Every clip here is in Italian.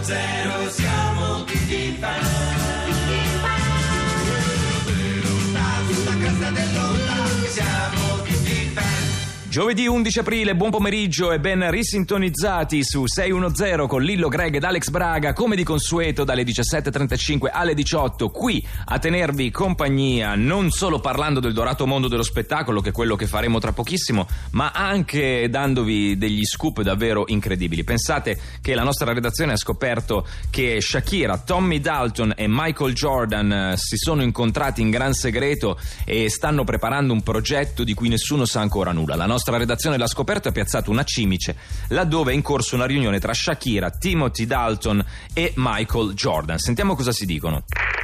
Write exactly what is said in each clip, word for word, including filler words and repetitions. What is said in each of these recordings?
zero siamo tutti fan. Sulla casa dell'onda siamo tutti fan. Giovedì undici aprile, buon pomeriggio e ben risintonizzati su sei uno zero con Lillo Greg ed Alex Braga, come di consueto dalle diciassette e trentacinque alle diciotto, qui a tenervi compagnia, non solo parlando del dorato mondo dello spettacolo, che è quello che faremo tra pochissimo, ma anche dandovi degli scoop davvero incredibili. Pensate che la nostra redazione ha scoperto che Shakira, Tommy Dalton e Michael Jordan eh, si sono incontrati in gran segreto e stanno preparando un progetto di cui nessuno sa ancora nulla. La nostra La redazione l'ha scoperto e ha piazzato una cimice laddove è in corso una riunione tra Shakira, Timothy Dalton e Michael Jordan. Sentiamo cosa si dicono.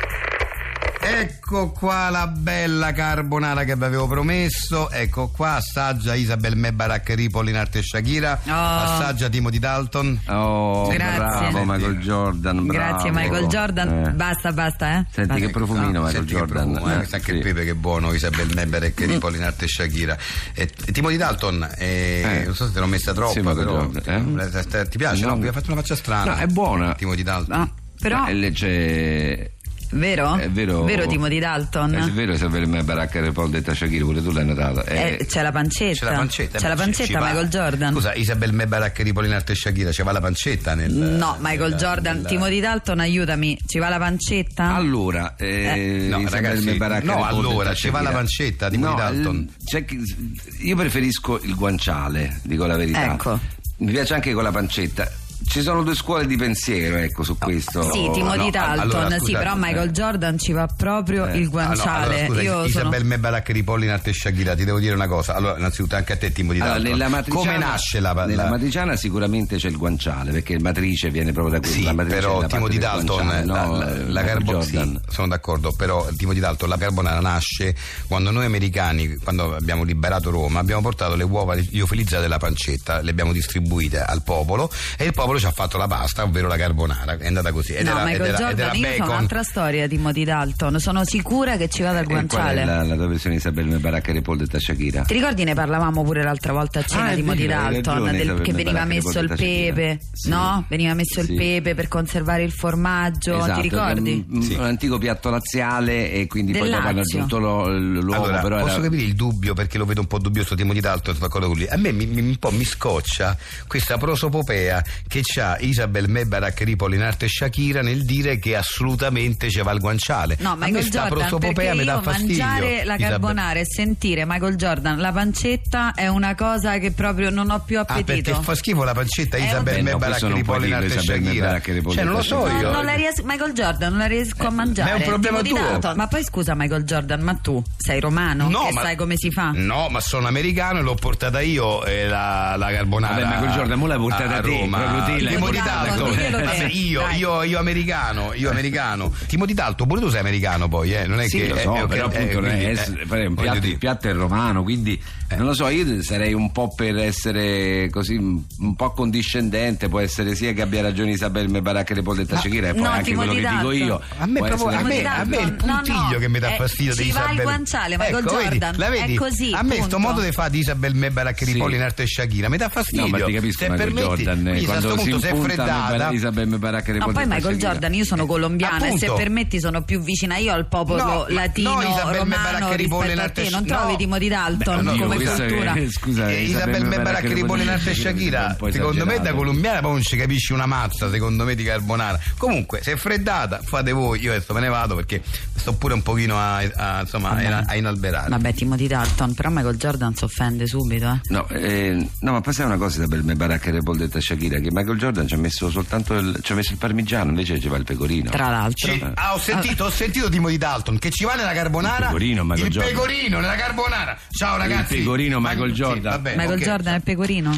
Ecco qua la bella carbonara che vi avevo promesso. Ecco qua, assaggia Isabel Mebarak, Ripoli in arte Shakira. Oh. Assaggia Timothy Dalton. Oh, Grazie. bravo Michael Jordan, bravo. Grazie Michael Jordan. Eh. Basta, basta, eh. Senti Basta. che profumino No, Michael senti che Jordan. profumo, eh, Eh, anche sì. il pepe che è buono, Isabel Mebarak, Ripoli in arte Shakira. E, e Timothy Dalton, eh, Eh. non so se te l'ho messa troppa, Sì, Michael però Jordan, eh? eh, ti piace? No. No, mi ha fatto una faccia strana. No, è buona. Timothy Dalton. No, però Ma è- c'è... vero? È vero. Vero Timothy Dalton? È vero Isabel Mebarak e Paul detta Shakira, pure tu l'hai notata. È- Eh, c'è la pancetta. C'è la pancetta, C'è la beh, ci- pancetta ci va- Michael Jordan. Scusa, Isabel Mebarak, Ripoli in arte Shakira, ci va la pancetta nel... No, Michael nel- Jordan, nel- Timothy Dalton, aiutami, ci va la pancetta? Allora, eh, No, Isabel ragazzi, Mebarak e no, Paul allora, detta ci va la Shakira. pancetta di Timothy No, Dalton. il- c'è chi- io preferisco il guanciale, dico la verità. Ecco. Mi piace anche con la pancetta. Ci sono due scuole di pensiero, ecco, su questo. Sì, Timothy no, Dalton, allora, sì, scusate, però Michael eh. Jordan ci va proprio Eh. il Ah, no, guanciale. allora, scusa, Io sono... Isabel Mebarak, Ripoli in arte Shakira, ti devo dire una cosa. Allora, innanzitutto anche a te Timothy Allora, Dalton. nella matriciana, come nasce la, la... nella matriciana sicuramente c'è il guanciale, perché il matrice viene proprio da qui. Sì, la matrice è però la Timothy parte del Dalton, guanciale, la, no? la, la Michael carbo- Jordan. sì, sono d'accordo, però Timothy Dalton, la carbonara nasce quando noi americani, quando abbiamo liberato Roma, abbiamo portato le uova liofilizzate della pancetta, le abbiamo distribuite al popolo e il popolo ci ha fatto la pasta, ovvero la carbonara. È andata così. Ed No, era, Michael ed era, Jordan, ed era io so bacon. un'altra storia di Timothy Dalton, sono sicura che ci vada il E qual è guanciale. la, la tua versione Isabel Mebarak e Paul detta Shakira? Ti ricordi, ne parlavamo pure l'altra volta a cena Ah, è di Timothy vero, hai Dalton, ragione, del- Isabel che veniva Mebarak e messo il Paul detta Shakira. pepe, Sì. no? Veniva messo il Sì. pepe per conservare il formaggio, Esatto, ti ricordi? un, Sì. un antico piatto laziale e quindi Del poi dopo hanno Lazio. aggiunto lo- l'uovo, Allora, però posso era... capire il dubbio, perché lo vedo un po' dubbioso Timothy Dalton, sono d'accordo con lui. A me mi, mi- un po' mi scoccia questa prosopopea che c'ha Isabel Mebarak, Ripoli in arte Shakira nel dire che assolutamente ci va il guanciale. No, A me Michael sta Jordan, perché prosopopea mi dà io fastidio. mangiare la Isabel. carbonara e sentire Michael Jordan la pancetta è una cosa che proprio non ho più Ah, perché appetito. fa schifo la pancetta Eh, Isabel vabbè, no, Mebarak, questo non Ripoli puoi in arte dirlo, Isabel Shakira. Mebarak, Ripoli Cioè, non lo in so arte No, io. non la riesco, Michael Jordan non la riesco a mangiare. ma è un problema Timothy tuo. Dalton. Ma poi scusa Michael Jordan, ma tu sei romano? No, che ma- sai come si fa? No, ma sono americano e l'ho portata io eh, la, la carbonara. Vabbè, Michael Jordan, mo l'hai portata a te, Roma. proprio te l'hai Timothy portata, Dalton. diglielo te. Vabbè, io, Dai. io, io americano, io americano. Timothy Dalton, pure tu sei americano poi, eh? Non è Sì, che lo eh, so, eh, però eh, appunto non è quindi, essere- eh, fare un voglio piatto, dire. il piatto è romano, quindi non lo so, io sarei un po' per essere così un po' condiscendente, può essere sia che abbia ragione Isabel Mebarak e Paul detta Shakira e poi no, anche Timothy quello che dico Dalton. io. A me, può proprio, a, essere- me, Timothy a me è il Dalton, no, puntiglio no, che mi dà eh, fastidio ci di va il Isabel. guanciale, Michael ecco, vedi, Jordan, la vedi? è così, a me sto punto. modo di fare di Isabel Mebarak, Sì. Ripoli in arte Shakira mi dà fastidio. No, ma ti capisco se Michael permetti, Jordan, quindi, eh, a quando questo si punto, se è impunta freddata, Mebarak- Isabel Mebarak e No, Paul poi detta Michael Shakira. Jordan, io sono colombiana Appunto. e se permetti sono più vicina io al popolo No, ma- latino, no, Isabel romano Mebarak, Ripoli in rispetto a arte te. Non no. trovi Timothy Dalton Beh, no, come questa cultura? che- scusa, Eh, Isabel Mebarak, Ripoli in arte Shakira, un po' secondo me da esagerato. colombiana poi non ci capisci una mazza, secondo me, di carbonara. Comunque, se è freddata, fate voi, io adesso me ne vado perché sto pure un pochino a, a, insomma, a, a inalberare. Vabbè, Timothy Dalton, però Michael Jordan si offende subito, eh. No, eh, no, ma poi sai una cosa Isabel Mebarak e Paul detta Shakira, che Michael Jordan ci ha messo soltanto il, ci ha messo il parmigiano, invece ci va il pecorino. Tra l'altro. Ci- ah, ho sentito, ho sentito Timothy Dalton che ci va nella carbonara. Il pecorino, Michael il Jordan. pecorino nella carbonara. Ciao ragazzi. Il pecorino, Michael Ma- Jordan. Sì, va bene, Michael ok. Jordan è il pecorino.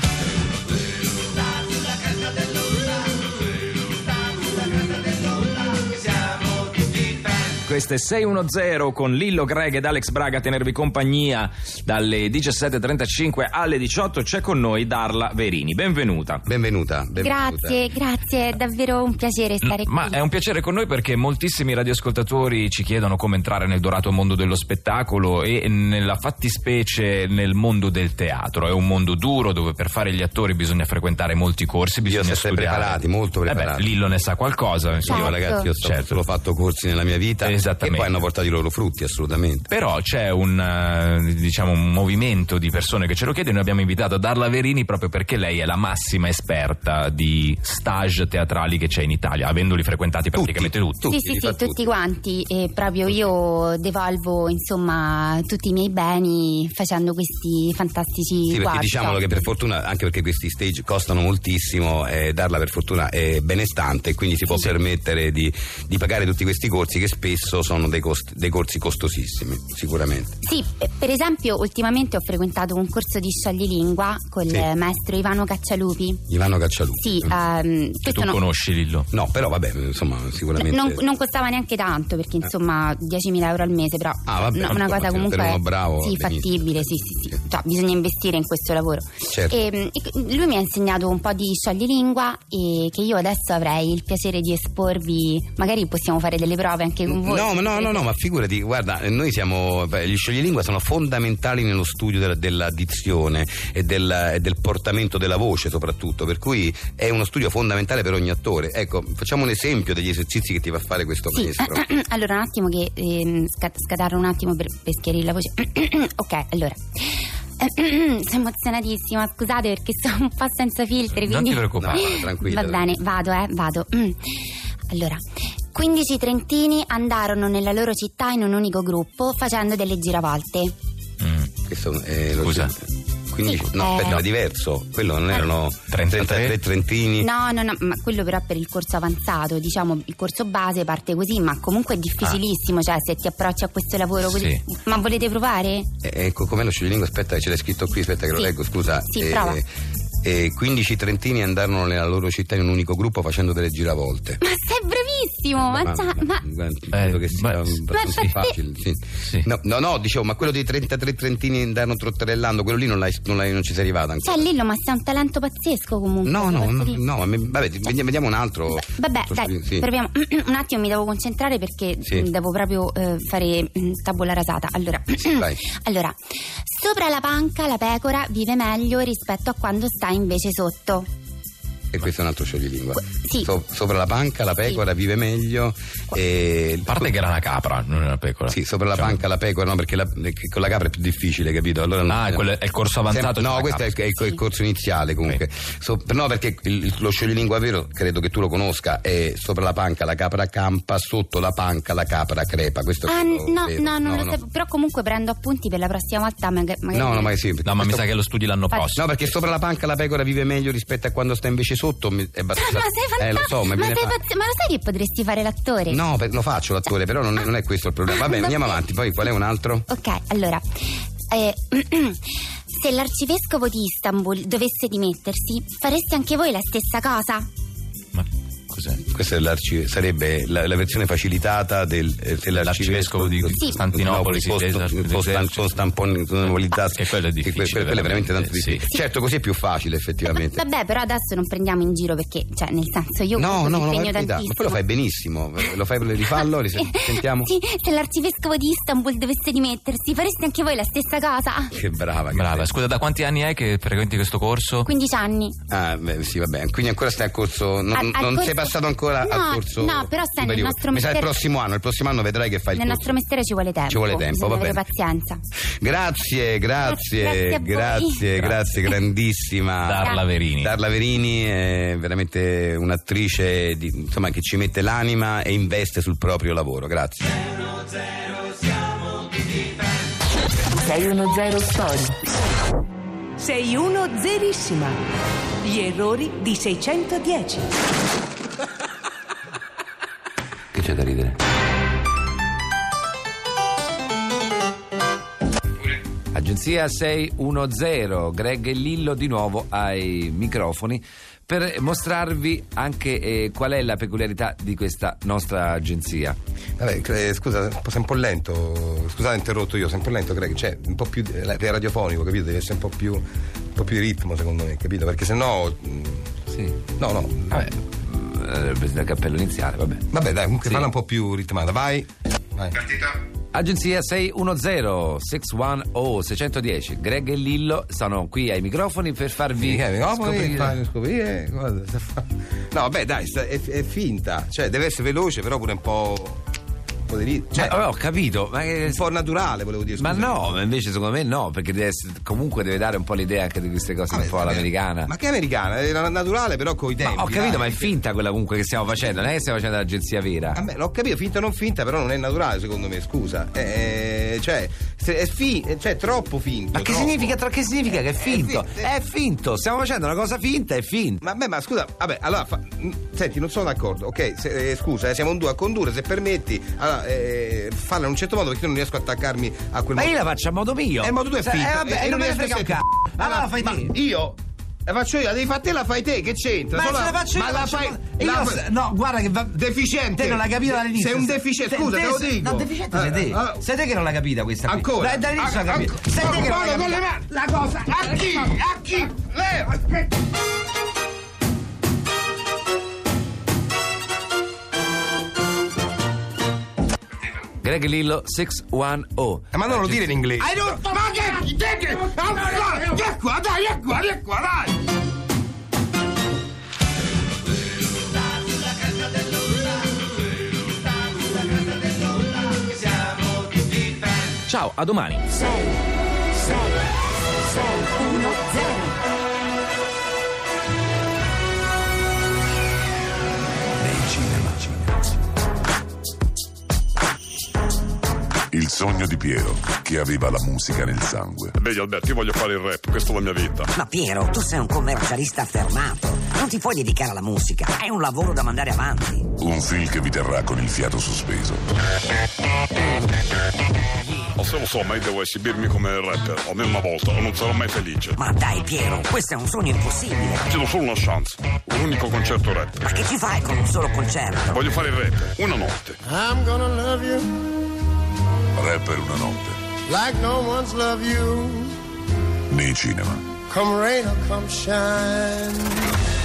Siamo tutti fan. Queste sei uno zero con Lillo, Greg ed Alex Braga a tenervi compagnia dalle diciassette e trentacinque alle diciotto. C'è con noi Darla Verini. Benvenuta. Benvenuta. benvenuta. Grazie, grazie, è davvero un piacere stare qui. Ma è un piacere con noi perché moltissimi radioascoltatori ci chiedono come entrare nel dorato mondo dello spettacolo e nella fattispecie nel mondo del teatro. È un mondo duro dove per fare gli attori bisogna frequentare molti corsi, bisogna Io studiare. preparati, molto preparati. Eh beh, Lillo ne sa qualcosa. Certo. Io ragazzi, io ho certo. fatto corsi nella mia vita e poi hanno portato i loro frutti, assolutamente. Però c'è un, diciamo, un movimento di persone che ce lo chiedono. Noi abbiamo invitato Darla Verini proprio perché lei è la massima esperta di stage teatrali che c'è in Italia, avendoli frequentati praticamente tutti. tutti. Sì, sì, sì, tutti, tutti quanti. E proprio io devolvo insomma tutti i miei beni facendo questi fantastici Sì, perché workshop. diciamolo che per fortuna, anche perché questi stage costano moltissimo, eh, Darla per fortuna è benestante e quindi si può Sì. permettere di, di pagare tutti questi corsi che spesso sono dei, costi, dei corsi costosissimi, sicuramente. Sì, per esempio ultimamente ho frequentato un corso di scioglilingua con Sì. il maestro Ivano Caccialupi. Ivano Caccialupi. Sì, ehm, Che questo tu no- conosci, Lillo? No, però vabbè, insomma, sicuramente. non, non costava neanche tanto perché insomma diecimila euro al mese, però Ah, vabbè, no, una insomma, cosa se comunque per uno bravo, sì, benissimo. fattibile, sì, sì, sì. Cioè, bisogna investire in questo lavoro. Certo. E, e lui mi ha insegnato un po' di scioglilingua e che io adesso avrei il piacere di esporvi, magari possiamo fare delle prove anche con voi. No, ma no, no, no, ma figurati, guarda, noi siamo, beh, gli scioglilingua sono fondamentali nello studio della, della dizione e del, e del portamento della voce soprattutto, per cui è uno studio fondamentale per ogni attore. Ecco, facciamo un esempio degli esercizi che ti fa fare questo Sì. maestro. Allora un attimo che ehm, sca- scatarro un attimo per, per schiarire la voce. Ok, allora sono emozionatissima, scusate perché sono un po' senza filtri, Non quindi ti preoccupare. No, tranquilla. va bene, vado, eh, vado. Mm. Allora, quindici trentini andarono nella loro città in un unico gruppo facendo delle giravolte. Mm. Questo è lo Scusa. quindici, Sì, no, eh. aspetta, è diverso. Quello non erano trentatré? trentatré trentini. No, no, no, ma quello però per il corso avanzato, diciamo, il corso base parte così, ma comunque è difficilissimo, cioè se ti approcci a questo lavoro così. Sì. Ma volete provare? Eh, ecco, com'è lo scioglilingua? Aspetta, ce l'hai scritto qui, aspetta che lo Sì. leggo, scusa. Sì, Eh, prova. eh, quindici trentini andarono nella loro città in un unico gruppo facendo delle giravolte. Ma sei bravissimo, ma, già- ma... credo che sia ma- abbastanza ma- facile, sì. Sì. No, no, no, dicevo, ma quello dei trentatré trentini andarono trotterellando, quello lì non, l'hai, non, l'hai, non ci sei arrivato ancora. Cioè Lillo, ma sei un talento pazzesco comunque. No, no, ti no, posso dire. no, ma mi- vabbè, vediamo, vediamo un altro. Vabbè, altro dai, sì. proviamo. Un attimo, mi devo concentrare perché Sì. devo proprio eh, fare mm, tabula rasata. Allora, Sì, vai. allora, sopra la panca la pecora vive meglio rispetto a quando sta invece sotto. E questo è un altro scioglilingua. Sì. So- sopra la panca la pecora vive meglio. E... A parte che era una capra, non era una pecora. Sì, sopra la Diciamo. panca la pecora, no, perché la- perché con la capra è più difficile, capito? Allora non- Ah, è quello- è il corso avanzato Sem- no, della questo è il, capra. è il- il corso iniziale comunque. So- no, perché il- lo scioglilingua vero, credo che tu lo conosca, è sopra la panca la capra campa, sotto la panca la capra crepa. Questo è Ah, quello no, vero. no, non lo sapevo. Però comunque prendo appunti per la prossima volta. maga- Magari... No, no, ma sì. No, ma mi questo- sa che lo studi l'anno Fa- prossimo. No, perché sopra la panca la pecora vive meglio rispetto a quando sta invece sotto. mi- È abbastanza... Ma sei fantastico! Eh, lo so, ma, ma, viene sei fa- pazz- ma lo sai che potresti fare l'attore? No, per- lo faccio l'attore, però non, non è questo il problema. Va bene, andiamo avanti. Poi qual è un altro? Ok, allora, eh, se l'arcivescovo di Istanbul dovesse dimettersi, fareste anche voi la stessa cosa? Ma cos'è? Questa è l'arci- sarebbe la, la versione facilitata del, eh, L'arcivescovo di Sì. Costantinopoli, sì, post- del- post- del- Costantinopoli-Tazzi. Ah, che quello è Che que- difficile, quello è veramente tanto veramente, difficile. sì. Certo, così è più facile effettivamente. Vabbè, però adesso non prendiamo in giro perché, cioè, nel senso, io No, comunque no, mi no, impegno per carità, ma tantissimo. poi lo fai benissimo. Lo fai, rifallo, ris- sentiamo. Sì, se l'arcivescovo di Istanbul dovesse dimettersi, fareste anche voi la stessa cosa? Che brava. Che Brava, sei. scusa, da quanti anni è che frequenti questo corso? quindici anni. Ah, beh, sì, va bene. Quindi ancora stai al corso. Non, Al- al non corso- sei passato ancora No, al corso. no, però sai, nel superiore. nostro Mi sa il mestiere- prossimo anno. Il prossimo anno vedrai che fai il Nel corso. nostro mestiere ci vuole tempo. Ci vuole tempo, bisogna va avere bene. pazienza. Grazie, grazie, Grazie a voi. grazie, grazie, grandissima. Darla Verini. Darla Verini è veramente un'attrice di- insomma, che ci mette l'anima e investe sul proprio lavoro. Grazie. sei uno zero Story. sei uno zerissima. Gli errori di seicentodieci. Che c'è da ridere? Agenzia sei uno zero, Greg e Lillo di nuovo ai microfoni per mostrarvi anche eh, qual è la peculiarità di questa nostra agenzia. Vabbè, eh, scusa, sei un po' lento. Scusate, interrotto io, sei un po' lento, Greg. Cioè, un po' più è radiofonico, capito? Deve essere un po' più un po' più di ritmo, secondo me, capito? Perché sennò. Sì. No, no. Vabbè. Il cappello iniziale, vabbè. Vabbè, dai, comunque Sì. parla un po' più ritmata, vai. Vai. Agenzia sei uno zero sei uno zero sei uno zero. Greg e Lillo sono qui ai microfoni per farvi Sì, eh, no, poi scoprire. fai scoprire cosa sta fa- No, vabbè, dai, sta- è, è finta. Cioè, deve essere veloce, però pure un po'. Un po' di ritmo. Cioè, Ma, ho capito, ma che- un po' naturale, volevo dire. Ma scusa. no, ma invece secondo me no, perché deve essere- comunque deve dare un po' l'idea anche di queste cose Vabbè, un po' vabbè. all'americana. Ma che americana? È naturale, però coi tempi. Ma ho capito, dai. ma è finta quella comunque che stiamo facendo, non è che stiamo facendo l'agenzia vera. Vabbè, l'ho capito, finta o non finta, però non è naturale, secondo me, scusa. Eh, cioè, se- è fi- cioè, troppo finto. Ma che troppo. significa, tra- che significa che è finto? finto, È finto, stiamo facendo una cosa finta, è finto. Ma, beh, ma scusa, vabbè, allora, fa- mh, senti, non sono d'accordo, ok? Se- eh, scusa, eh, siamo in due a condurre, se permetti, allora, eh, farla in un certo modo perché io non riesco a attaccarmi a quel Ma modo. io la faccio a modo mio. E il modo tuo è Se- finto. Eh, vabbè, e e non me ne riesco frega a un sentire. cazzo. Allora la fai ma te. Io? La faccio io, la devi fare te, la fai te, che c'entra? Ma Solo- se la faccio io, ma la la faccio- fai. io la- se- no, guarda che va. Deficiente. Te non l'hai capito dall'inizio. Sei un deficiente, Te- scusa, te lo te- dico. No, deficiente sei te. Eh, allora- Sei te che non l'hai capita questa qui. Ancora? Dai, dall'inizio An- l'hai capita. an- Sei te che non l'hai Guarda con le capita. mani, la cosa. A chi? A chi? Leva. Greg Lillo sei uno zero. Eh, ma non lo dire in inglese. I don't ma che che che che qua dai è qua è qua dai. Ciao, a domani. sei sei sei uno zero. Il sogno di Piero, che aveva la musica nel sangue. Vedi Alberto, io voglio fare il rap, questa è la mia vita. Ma Piero, tu sei un commercialista affermato. Non ti puoi dedicare alla musica. È un lavoro da mandare avanti. Un film che vi terrà con il fiato sospeso. O se lo so, ma io devo esibirmi come rapper, almeno una volta, o non sarò mai felice. Ma dai Piero, questo è un sogno impossibile. Ci do solo una chance, un unico concerto rap. Ma che ci fai con un solo concerto? Voglio fare il rapper, una notte. I'm gonna love you Rapper una notte. like no one's loved you. Nei cinema. Come rain or come shine.